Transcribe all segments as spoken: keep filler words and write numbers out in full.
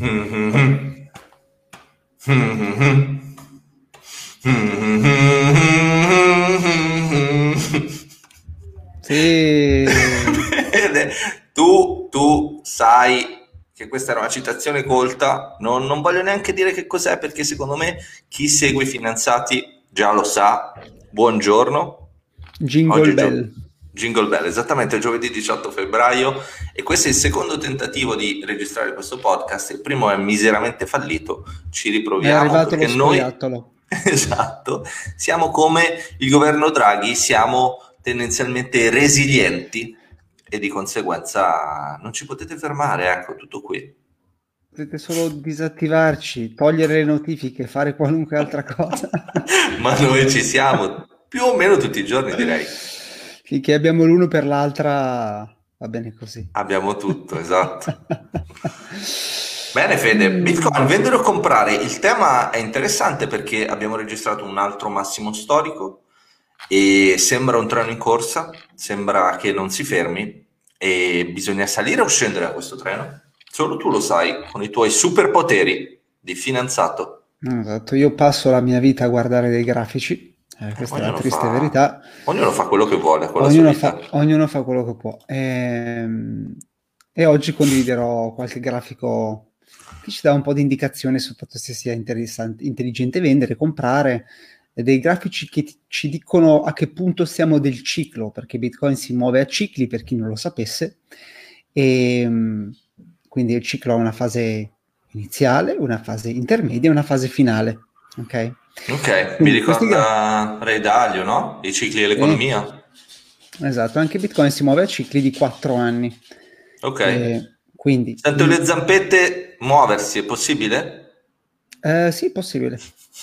Sì. tu, tu sai che questa era una citazione colta, non, non voglio neanche dire che cos'è, perché secondo me chi segue i Finanziati già lo sa. Buongiorno. Jingle Oggi è gio- Bell. Jingle Bell, esattamente, giovedì diciotto febbraio, e questo è il secondo tentativo di registrare questo podcast. Il primo è miseramente fallito, ci È riproviamo arrivato perché lo noi, scoiattolo. esatto, siamo come il governo Draghi, siamo tendenzialmente resilienti e di conseguenza non ci potete fermare, ecco, tutto qui. Potete solo disattivarci, togliere le notifiche, fare qualunque altra cosa. Ma noi ci siamo più o meno tutti i giorni, direi. Finché abbiamo l'uno per l'altra, va bene così. Abbiamo tutto, esatto. Bene Fede, Mm. Bitcoin, vendere o comprare? Il tema è interessante perché abbiamo registrato un altro massimo storico e sembra un treno in corsa, sembra che non si fermi e bisogna salire o scendere da questo treno. Solo tu lo sai, con i tuoi superpoteri di finanziato. Esatto, io passo la mia vita a guardare dei grafici, eh, questa è la Ognuno triste fa, verità. ognuno fa quello che vuole con la sua Ognuno vita. fa, ognuno fa quello che può. Ehm, E, oggi condividerò qualche grafico che ci dà un po' di indicazione sul fatto se sia interessante, intelligente vendere, comprare, e dei grafici che ti- ci dicono a che punto siamo del ciclo, perché Bitcoin si muove a cicli, per chi non lo sapesse, e mm, quindi il ciclo ha una fase iniziale, una fase intermedia e una fase finale. Ok? Ok, mi Quindi questi gra- ricorda Ray Dalio, no? I cicli Sì, dell'economia. esatto, anche Bitcoin si muove a cicli di quattro anni. Ok. E quindi Sento il- le zampette muoversi, è possibile? eh, sì, possibile,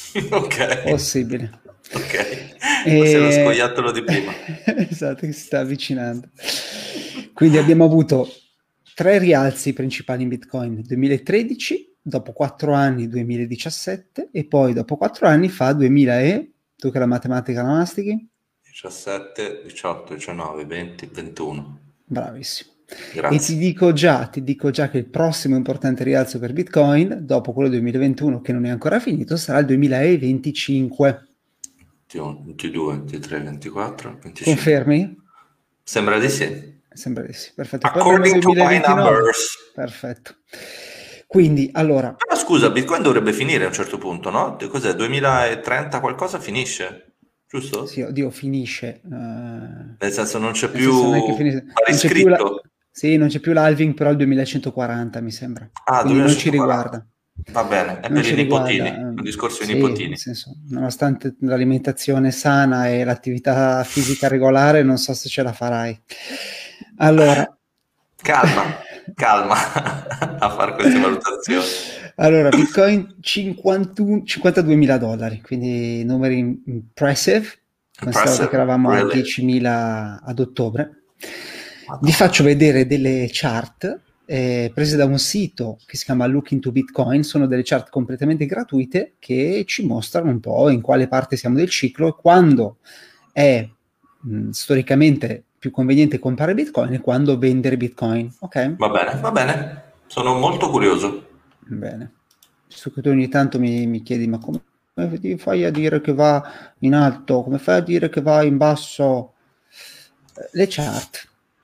Ok. possibile. Ok. Forse è lo E... scoiattolo di prima. Esatto, che si sta avvicinando. Quindi abbiamo avuto tre rialzi principali in Bitcoin: duemilatredici, dopo quattro anni duemiladiciassette e poi dopo quattro anni fa duemila e... Tu che la matematica la mastichi? diciassette, diciotto, diciannove, venti, ventuno. Bravissimo. E ti Grazie. dico già, ti dico già che il prossimo importante rialzo per Bitcoin, dopo quello duemilaventuno che non è ancora finito, sarà il duemilaventicinque. ventuno, ventidue, ventitré, ventiquattro, venticinque. Confermi? Sembra di sì. Sembra di sì. Perfetto. E poi abbiamo il According to my duemilaventinove. numbers. Perfetto. Quindi, allora, Però scusa, Bitcoin dovrebbe finire a un certo punto, no? Cos'è? duemilatrenta qualcosa finisce, giusto? sì, oddio, finisce. eh, Nel senso non c'è nel più, senso non è che finisce. pari Non c'è più la... scritto. Sì, non c'è più l'halving, però il duemilacentoquaranta mi sembra. Ah, Quindi non ci riguarda. duemilacentoquaranta. Va bene, è Non per i ci nipotini, riguarda. un ehm, discorso di sì, nel nipotini. senso, nonostante l'alimentazione sana e l'attività fisica regolare, non so se ce la farai. Allora, Calma, calma a fare queste valutazioni. allora, Bitcoin cinquantuno cinquantaduemila dollari, quindi numeri impressive, considerando che Impressive, eravamo a really. diecimila ad ottobre. Vi Madonna. faccio vedere delle chart eh, prese da un sito che si chiama Look into Bitcoin. Sono delle chart completamente gratuite che ci mostrano un po' in quale parte siamo del ciclo e quando è mh, storicamente più conveniente comprare Bitcoin e quando vendere Bitcoin. Ok? Va bene, va bene. Sono molto curioso. Bene. Visto che tu ogni tanto mi, mi chiedi, ma come come ti fai a dire che va in alto? Come fai a dire che va in basso? Eh, Le chart.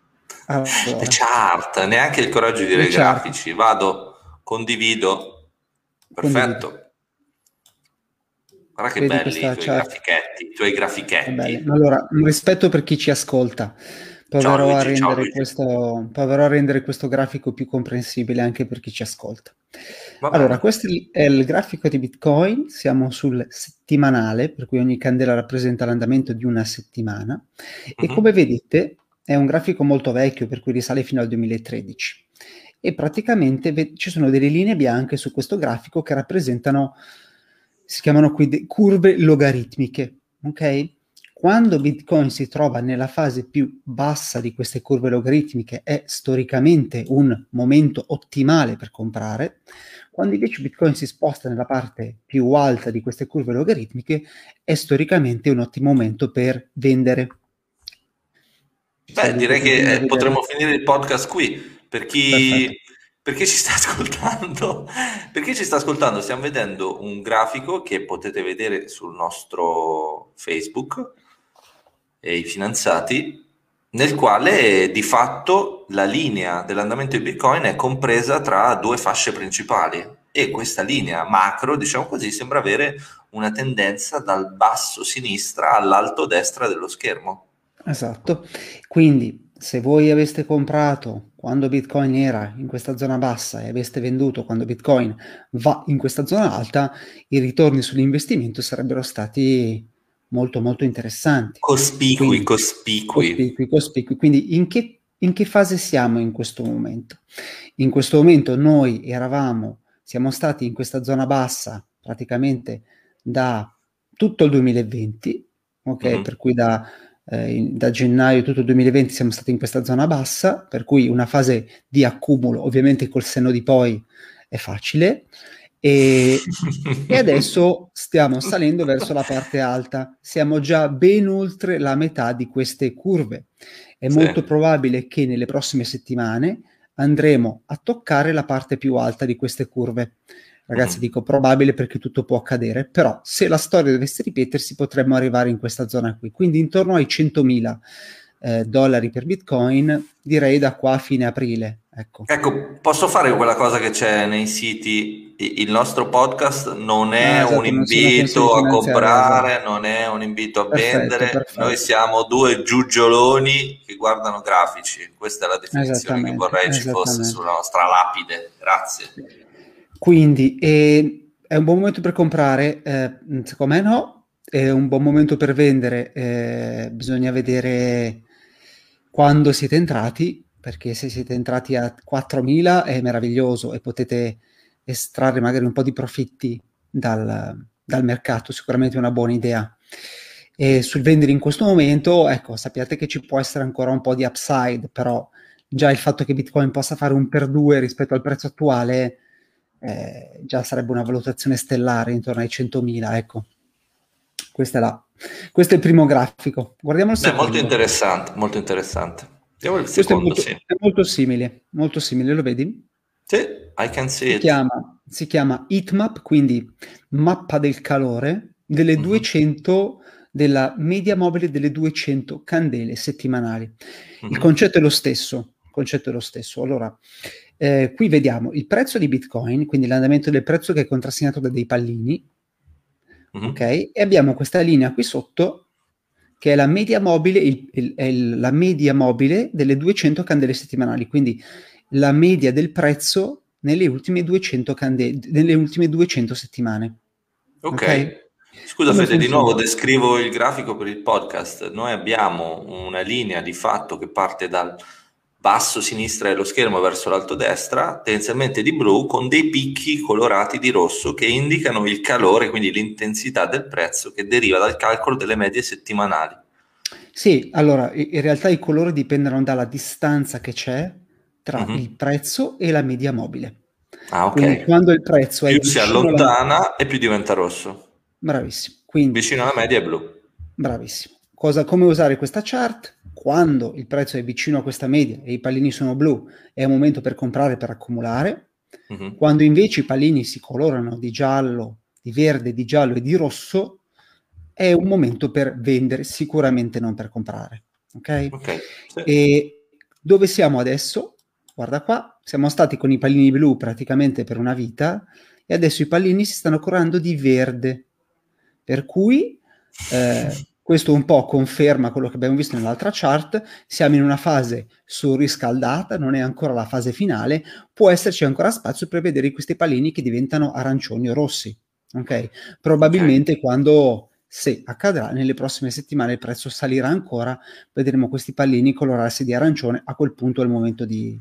Le Allora, chart, neanche il coraggio di dire le i chart. grafici. Vado, condivido. Condivido. Perfetto. Guarda che Vedi belli i questa tuoi chart? grafichetti, i tuoi È bella. grafichetti. Allora, un rispetto per chi ci ascolta. Ciao Proverò a Luigi, ciao rendere Luigi. questo, proverò a rendere questo grafico più comprensibile anche per chi ci ascolta. Va Allora, bene. questo è il grafico di Bitcoin, siamo sul settimanale, per cui ogni candela rappresenta l'andamento di una settimana, e come Mhm. vedete è un grafico molto vecchio, per cui risale fino al duemilatredici. E praticamente ve- ci sono delle linee bianche su questo grafico che rappresentano, si chiamano qui de- curve logaritmiche, ok? Quando Bitcoin si trova nella fase più bassa di queste curve logaritmiche è storicamente un momento ottimale per comprare. Quando invece Bitcoin si sposta nella parte più alta di queste curve logaritmiche è storicamente un ottimo momento per vendere. Ci Beh, sei direi dunque contento che a eh, potremmo vedere? finire il podcast qui. Per chi, Perfetto. Per chi ci sta ascoltando, per chi ci sta ascoltando, stiamo vedendo un grafico che potete vedere sul nostro Facebook e i finanziati, nel quale di fatto la linea dell'andamento di Bitcoin è compresa tra due fasce principali e questa linea macro, diciamo così, sembra avere una tendenza dal basso sinistra all'alto destra dello schermo. Esatto. Quindi, se voi aveste comprato quando Bitcoin era in questa zona bassa e aveste venduto quando Bitcoin va in questa zona alta, i ritorni sull'investimento sarebbero stati molto molto interessanti. Cospicui, Quindi, cospicui. cospicui, cospicui. Quindi in che, in che fase siamo in questo momento? In questo momento noi eravamo, siamo stati in questa zona bassa praticamente da tutto il duemilaventi, ok? Mhm. Per cui da eh, in- da gennaio tutto il duemilaventi siamo stati in questa zona bassa, per cui una fase di accumulo, ovviamente col senno di poi è facile, e, e adesso stiamo salendo verso la parte alta, siamo già ben oltre la metà di queste curve. È Sì. molto probabile che nelle prossime settimane andremo a toccare la parte più alta di queste curve. Ragazzi, Mhm. dico probabile perché tutto può accadere, però se la storia dovesse ripetersi potremmo arrivare in questa zona qui, quindi intorno ai centomila eh, dollari per Bitcoin, direi da qua a fine aprile. Ecco. Ecco, posso fare quella cosa che c'è nei siti? I- Il nostro podcast non è Ah, un esatto, non sono consigli invito a finanziari, esatto. comprare, non è un invito a Perfetto, vendere, noi perfetto. siamo due giugioloni che guardano grafici. Questa è la definizione che Esattamente, vorrei ci fosse esattamente. sulla nostra lapide. Grazie. Quindi eh, è un buon momento per comprare, eh, secondo me no, è un buon momento per vendere, eh, bisogna vedere quando siete entrati, perché se siete entrati a quattromila è meraviglioso e potete estrarre magari un po' di profitti dal, dal mercato, sicuramente è una buona idea. E sul vendere in questo momento, ecco, sappiate che ci può essere ancora un po' di upside, però già il fatto che Bitcoin possa fare un per due rispetto al prezzo attuale eh, già sarebbe una valutazione stellare intorno ai centomila, ecco. Questa è la, questo è il primo grafico. Guardiamo il Beh, molto secondo. interessante, molto interessante. Vediamo il Questo è secondo, molto, sì. è molto simile, molto simile, lo vedi? Sì, I can see Si it. chiama, si chiama heatmap, quindi mappa del calore delle Mhm, duecento, della media mobile delle duecento candele settimanali. Il mhm, concetto è lo stesso, il concetto è lo stesso. Allora, eh, qui vediamo il prezzo di Bitcoin, quindi l'andamento del prezzo che è contrassegnato da dei pallini, ok? mhm. E abbiamo questa linea qui sotto che è la media mobile, il- il- è il- la media mobile delle duecento candele settimanali, quindi la media del prezzo nelle ultime duecento candele, nelle ultime duecento settimane. Ok? Ok, scusa Come Fede, di nuovo funziona? descrivo il grafico per il podcast. Noi abbiamo una linea di fatto che parte dal basso sinistra dello schermo verso l'alto destra, tendenzialmente di blu, con dei picchi colorati di rosso che indicano il calore, quindi l'intensità del prezzo che deriva dal calcolo delle medie settimanali. Sì, allora, i- in realtà i colori dipendono dalla distanza che c'è tra il Mhm. prezzo e la media mobile. Ah, Quindi ok. quando il prezzo è Più si vicino alla... allontana e più diventa rosso. Bravissimo. Quindi Vicino alla media è blu. bravissimo. Cosa, come usare questa chart? Quando il prezzo è vicino a questa media e i pallini sono blu, è un momento per comprare, per accumulare. Mhm. Quando invece i pallini si colorano di giallo, di verde, di giallo e di rosso, è un momento per vendere, sicuramente non per comprare. Ok? Ok, sì. E dove siamo adesso? Guarda qua, siamo stati con i pallini blu praticamente per una vita e adesso i pallini si stanno colorando di verde. Per cui eh, questo un po' conferma quello che abbiamo visto nell'altra chart, siamo in una fase surriscaldata, non è ancora la fase finale, può esserci ancora spazio per vedere questi pallini che diventano arancioni o rossi. Ok? Ok. Probabilmente quando, se accadrà, nelle prossime settimane il prezzo salirà ancora, vedremo questi pallini colorarsi di arancione, a quel punto è il momento di,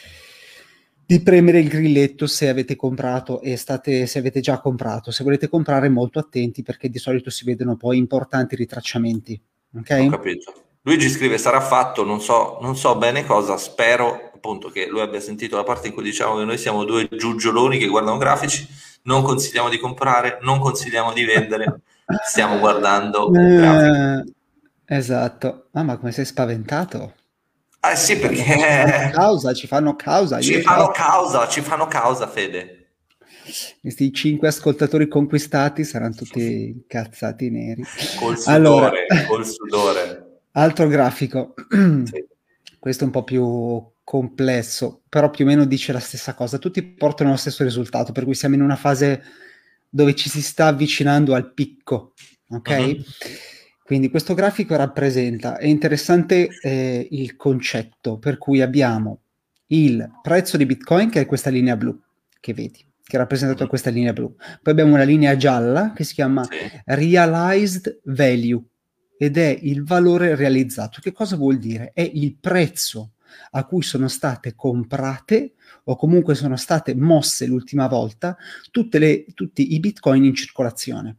di premere il grilletto se avete comprato e state, se avete già comprato. Se volete comprare, molto attenti perché di solito si vedono poi importanti ritracciamenti. Ho Ok? capito. Luigi scrive sarà fatto, non so, non so bene cosa, spero appunto che lui abbia sentito la parte in cui diciamo che noi siamo due giugioloni che guardano grafici, non consigliamo di comprare, non consigliamo di vendere, stiamo guardando un grafico. Eh, esatto. Ah, ma come sei spaventato? Eh sì, Ci fanno, ci fanno perché causa, ci fanno causa. ci Io fanno ciao. causa, ci fanno causa, Fede. Questi cinque ascoltatori conquistati saranno tutti incazzati neri. Col Allora, sudore, col sudore. altro grafico. Sì. Questo è un po' più complesso, però più o meno dice la stessa cosa. Tutti portano lo stesso risultato, per cui siamo in una fase dove ci si sta avvicinando al picco, ok? Mhm. Quindi questo grafico rappresenta, è interessante eh, il concetto, per cui abbiamo il prezzo di Bitcoin, che è questa linea blu, che vedi, che è rappresentato da Mhm. questa linea blu. Poi abbiamo una linea gialla che si chiama Sì. Realized Value, ed è il valore realizzato. Che cosa vuol dire? È il prezzo a cui sono state comprate o comunque sono state mosse l'ultima volta tutte le, tutti i Bitcoin in circolazione.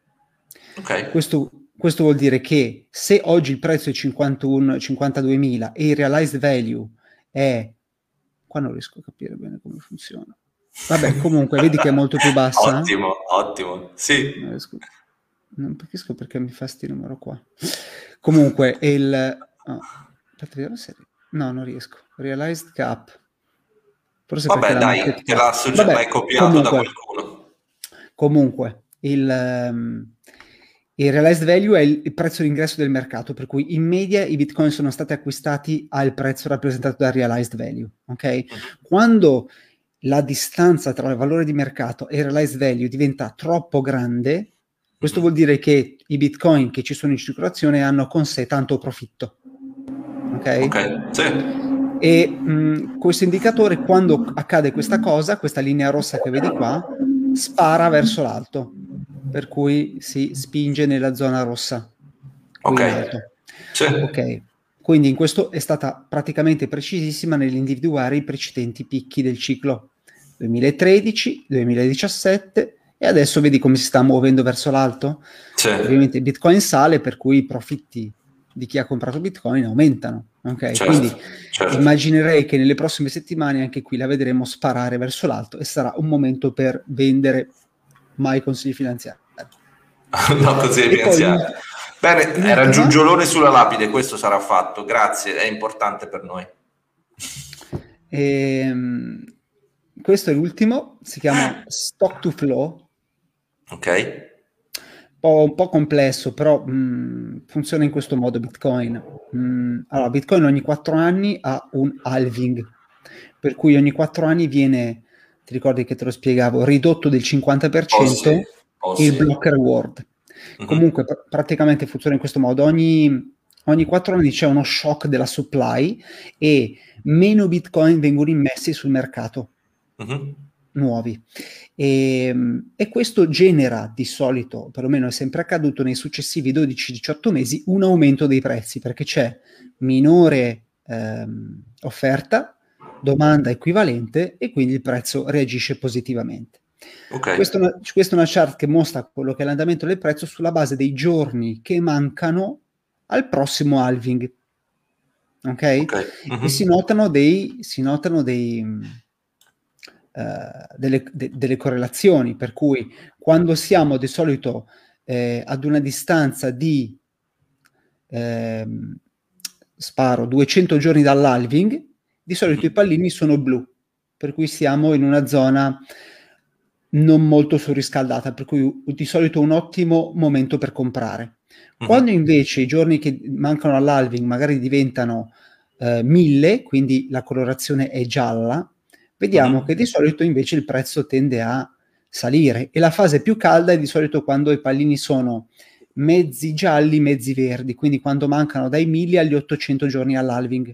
Ok. Questo, questo vuol dire che se oggi il prezzo è cinquantuno, cinquantaduemila e il realized value è... Qua non riesco a capire bene come funziona. Vabbè, comunque, vedi che è molto più bassa? Ottimo, ottimo. Sì. Non riesco, non capisco perché mi fa sti numero qua. Comunque, il... Oh, aspetta, vediamo se... No, non riesco. Realized cap. Forse perché Vabbè, la dai, market te cap. l'ha sugge- l'hai Vabbè, copiato da comunque, qualcuno. comunque, il, um, il realized value è il, il prezzo d'ingresso del mercato, per cui in media i bitcoin sono stati acquistati al prezzo rappresentato dal realized value, ok? Mhm. Quando la distanza tra il valore di mercato e il realized value diventa troppo grande, questo Mhm. vuol dire che i bitcoin che ci sono in circolazione hanno con sé tanto profitto, ok? Ok, sì. E mh, questo indicatore, quando accade questa cosa, questa linea rossa che vedi qua, spara verso l'alto, per cui si spinge nella zona rossa, qui Ok, in alto. sì. Ok, quindi in questo è stata praticamente precisissima nell'individuare i precedenti picchi del ciclo duemilatredici, duemiladiciassette e adesso vedi come si sta muovendo verso l'alto. Sì. Ovviamente il Bitcoin sale, per cui i profitti di chi ha comprato Bitcoin aumentano. Ok, Certo, quindi certo. immaginerei che nelle prossime settimane anche qui la vedremo sparare verso l'alto e sarà un momento per vendere, mai consigli finanziari. No, così E poi finanziario. l'ult- Bene, era l'ultima, giugiolone sulla lapide, questo sarà fatto. Grazie, è importante per noi. ehm, questo è l'ultimo, si chiama Stock to Flow, Ok? un po', un po' complesso, però mh, funziona in questo modo Bitcoin. Mh, allora, Bitcoin ogni quattro anni ha un halving, per cui ogni quattro anni viene, ti ricordi che te lo spiegavo, ridotto del Oh sì, cinquanta per cento oh il sì. block reward. Mhm. Comunque pr- praticamente funziona in questo modo. Ogni, ogni quattro anni c'è uno shock della supply e meno Bitcoin vengono immessi sul mercato, Mhm. nuovi. E, e questo genera di solito, perlomeno è sempre accaduto nei successivi dodici diciotto mesi, un aumento dei prezzi perché c'è minore ehm, offerta, domanda equivalente e quindi il prezzo reagisce positivamente. Ok, Questa è una, questa è una chart che mostra quello che è l'andamento del prezzo sulla base dei giorni che mancano al prossimo halving. Ok? ok. E si Mhm. notano dei, si notano dei, eh, delle, de- delle correlazioni, per cui quando siamo di solito eh, ad una distanza di ehm, sparo duecento giorni dall'halving, di solito i Mhm. pallini sono blu, per cui siamo in una zona non molto surriscaldata, per cui di solito un ottimo momento per comprare. Quando Mhm. invece i giorni che mancano all'halving magari diventano eh, mille, quindi la colorazione è gialla, vediamo Mhm. che di solito invece il prezzo tende a salire e la fase più calda è di solito quando i pallini sono mezzi gialli, mezzi verdi, quindi quando mancano dai mille agli ottocento giorni all'halving.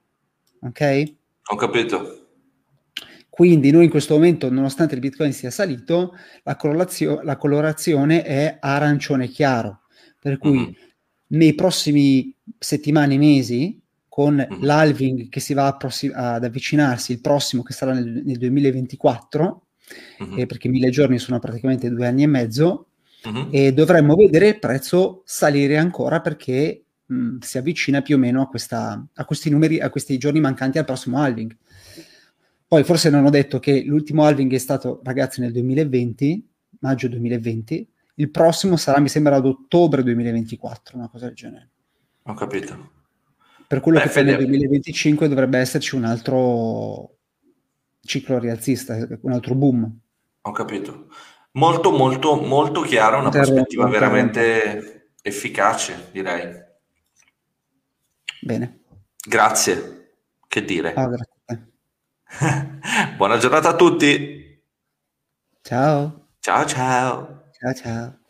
Ok? Ho capito. Quindi noi in questo momento, nonostante il Bitcoin sia salito, la, correlazio- la colorazione è arancione chiaro, per cui Mhm. nei prossimi settimane, mesi, con Mhm. l'halving che si va a prossi- ad avvicinarsi, il prossimo che sarà nel, nel duemilaventiquattro, eh, Mhm. perché mille giorni sono praticamente due anni e mezzo, Mhm. e dovremmo vedere il prezzo salire ancora perché mh, si avvicina più o meno a, questa, a questi numeri, a questi giorni mancanti al prossimo halving. Poi forse non ho detto che l'ultimo halving è stato, ragazzi, nel duemilaventi, maggio duemilaventi, il prossimo sarà, mi sembra, ad ottobre duemilaventiquattro, una cosa del genere. Ho capito. Per quello Beh, che poi nel Fede, duemilaventicinque dovrebbe esserci un altro ciclo rialzista, un altro boom. ho capito. Molto, molto, molto chiara, una Interrompo, prospettiva interrompo. veramente efficace, direi. Bene. Grazie, che Ah, dire. grazie a te. Buona giornata a tutti. Ciao. Ciao ciao. Ciao, ciao.